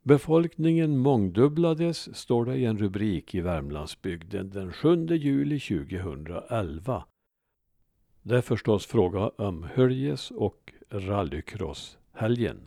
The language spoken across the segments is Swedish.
Befolkningen mångdubblades, står det i en rubrik i Värmlandsbygden den 7 juli 2011. Det är förstås fråga om Höljes och rallycross-helgen.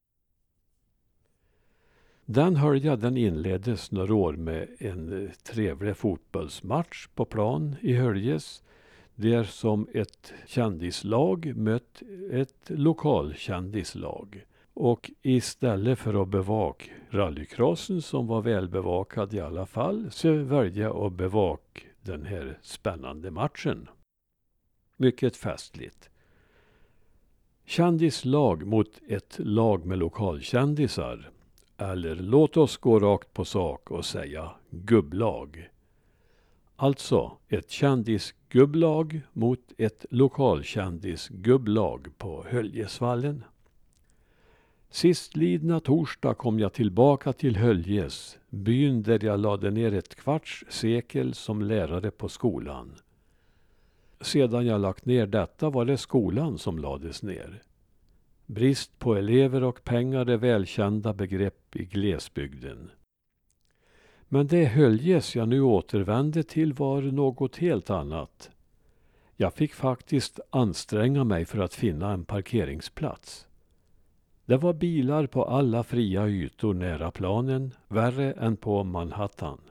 Den helgen inleddes några år med en trevlig fotbollsmatch på plan i Höljes, där som ett kändislag mött ett lokalkändislag. Och istället för att bevaka rallycrossen, som var välbevakad i alla fall, så väljer jag att bevaka den här spännande matchen. Mycket festligt. Kändislag mot ett lag med lokalkändisar. Eller låt oss gå rakt på sak och säga gubblag. Alltså ett kändisgubblag mot ett lokalkändisgubblag på Höljesvallen. Sistlidna torsdag kom jag tillbaka till Höljes, byn där jag lade ner ett kvarts sekel som lärare på skolan. Sedan jag lagt ner detta var det skolan som lades ner. Brist på elever och pengar är välkända begrepp i glesbygden. Men det Höljes jag nu återvände till var något helt annat. Jag fick faktiskt anstränga mig för att finna en parkeringsplats. Det var bilar på alla fria ytor nära planen, värre än på Manhattan.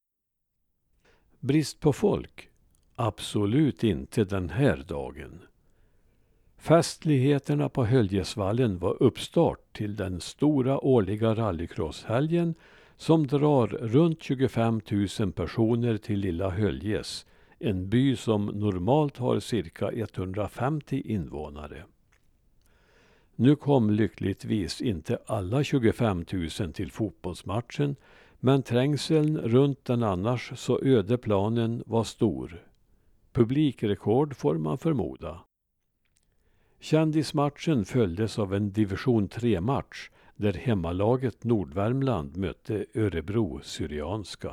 Brist på folk? Absolut inte den här dagen. Festligheterna på Höljesvallen var uppstart till den stora årliga rallycrosshelgen som drar runt 25 000 personer till lilla Höljes, en by som normalt har cirka 150 invånare. Nu kom lyckligtvis inte alla 25 000 till fotbollsmatchen, men trängseln runt den annars så öde planen var stor. Publikrekord får man förmoda. Kändismatchen följdes av en division 3-match där hemmalaget Nordvärmland mötte Örebro Syrianska.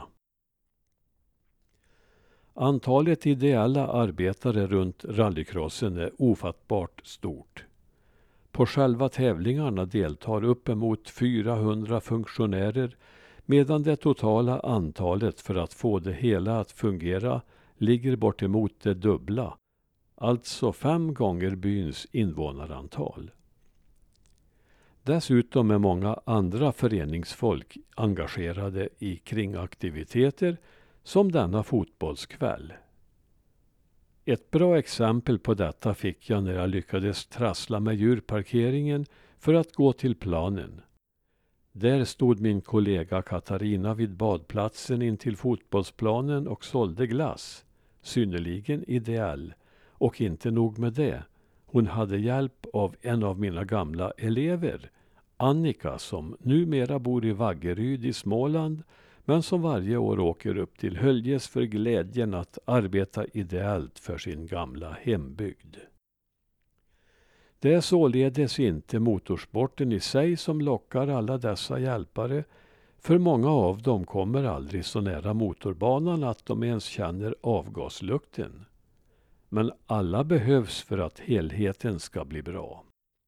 Antalet ideella arbetare runt rallycrossen är ofattbart stort. På själva tävlingarna deltar uppemot 400 funktionärer, medan det totala antalet för att få det hela att fungera ligger bortemot det dubbla, alltså 5 gånger byns invånarantal. Dessutom är många andra föreningsfolk engagerade i kringaktiviteter som denna fotbollskväll. Ett bra exempel på detta fick jag när jag lyckades trassla mig ur parkeringen för att gå till planen. Där stod min kollega Katarina vid badplatsen in till fotbollsplanen och sålde glass, synnerligen ideell. Och inte nog med det, hon hade hjälp av en av mina gamla elever, Annika, som numera bor i Vaggeryd i Småland, men som varje år åker upp till Höljes för glädjen att arbeta ideellt för sin gamla hembygd. Det är således inte motorsporten i sig som lockar alla dessa hjälpare, för många av dem kommer aldrig så nära motorbanan att de ens känner avgaslukten. Men alla behövs för att helheten ska bli bra.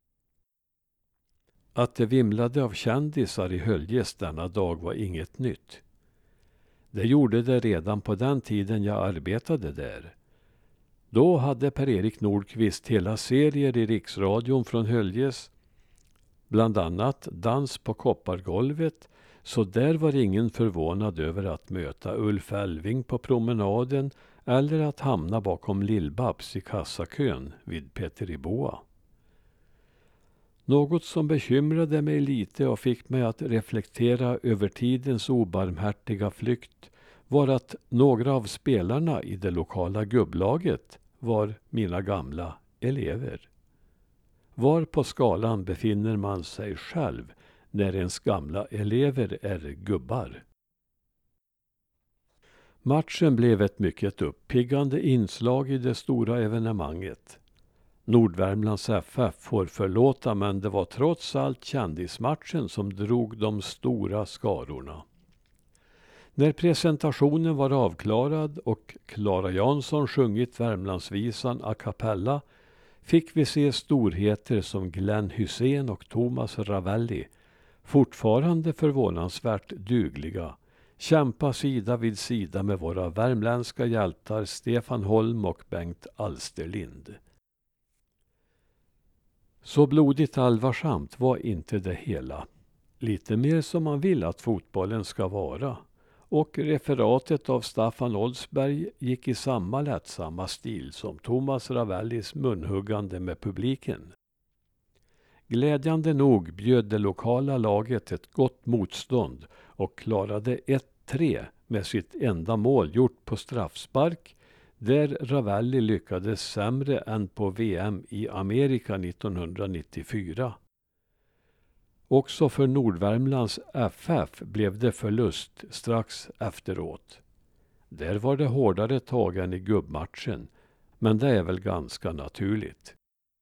Att det vimlade av kändisar i Höljes denna dag var inget nytt. Det gjorde det redan på den tiden jag arbetade där. Då hade Per-Erik Nordqvist hela serier i riksradion från Höljes, bland annat Dans på koppargolvet, så där var ingen förvånad över att möta Ulf Elving på promenaden eller att hamna bakom Lill-Babs i kassakön vid Peteriboa. Något som bekymrade mig lite och fick mig att reflektera över tidens obarmhärtiga flykt var att några av spelarna i det lokala gubblaget var mina gamla elever. Var på skalan befinner man sig själv när ens gamla elever är gubbar? Matchen blev ett mycket uppiggande inslag i det stora evenemanget. Nordvärmlands FF får förlåta, men det var trots allt kändismatchen som drog de stora skarorna. När presentationen var avklarad och Clara Jansson sjungit Värmlandsvisan a cappella fick vi se storheter som Glenn Hussein och Thomas Ravelli, fortfarande förvånansvärt dugliga, kämpa sida vid sida med våra värmländska hjältar Stefan Holm och Bengt Alsterlind. Så blodigt allvarsamt var inte det hela. Lite mer som man vill att fotbollen ska vara. Och referatet av Staffan Oldsberg gick i samma lättsamma stil som Thomas Ravellis munhuggande med publiken. Glädjande nog bjöd det lokala laget ett gott motstånd och klarade 1-3 med sitt enda mål gjort på straffspark, där Ravelli lyckades sämre än på VM i Amerika 1994. Också för Nordvärmlands FF blev det förlust strax efteråt. Där var det hårdare tag än i gubbmatchen, men det är väl ganska naturligt.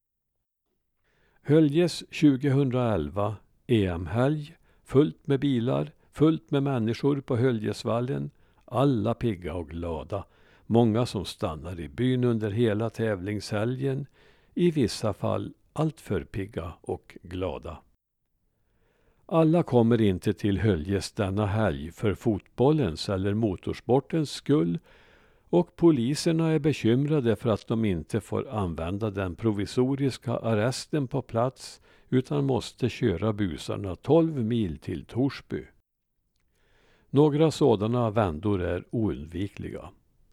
Höljes 2011 EM-helg, fullt med bilar, fullt med människor på Höljesvallen, alla pigga och glada. Många som stannar i byn under hela tävlingshelgen, i vissa fall allt för pigga och glada. Alla kommer inte till Höljes denna helg för fotbollens eller motorsportens skull, och poliserna är bekymrade för att de inte får använda den provisoriska arresten på plats utan måste köra busarna 12 mil till Torsby. Några sådana vändor är oundvikliga.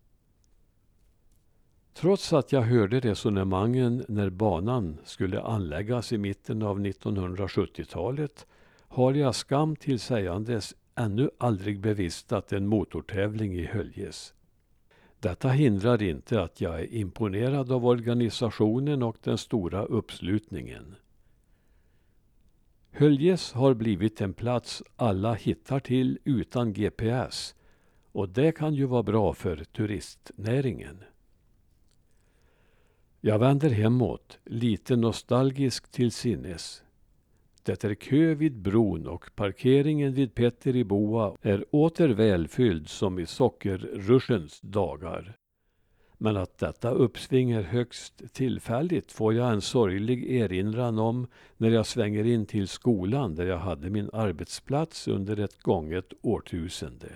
Trots att jag hörde resonemangen när banan skulle anläggas i mitten av 1970-talet har jag skam till sägandes ännu aldrig bevistat en motortävling i Höljes. Detta hindrar inte att jag är imponerad av organisationen och den stora uppslutningen. Höljes har blivit en plats alla hittar till utan GPS, och det kan ju vara bra för turistnäringen. Jag vänder hemåt, lite nostalgisk till sinnes. Det är kö vid bron och parkeringen vid Petter i Boa är åter välfylld som i sockerruschens dagar. Men att detta uppsving är högst tillfälligt får jag en sorglig erinran om när jag svänger in till skolan där jag hade min arbetsplats under ett gånget årtusende.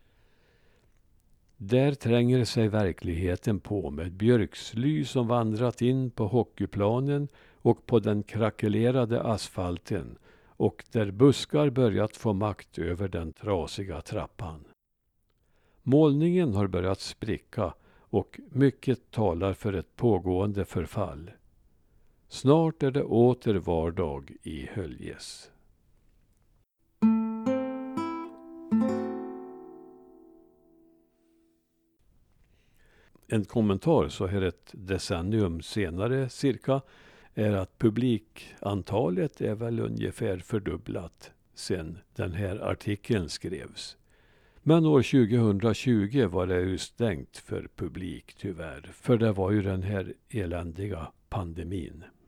Där tränger sig verkligheten på med björksly som vandrat in på hockeyplanen och på den krackelerade asfalten, och där buskar börjat få makt över den trasiga trappan. Målningen har börjat spricka och mycket talar för ett pågående förfall. Snart är det åter vardag i Höljes. En kommentar så här ett decennium senare cirka är att publikantalet är väl ungefär fördubblat sedan den här artikeln skrevs. Men år 2020 var det ju stängt för publik tyvärr, för det var ju den här eländiga pandemin.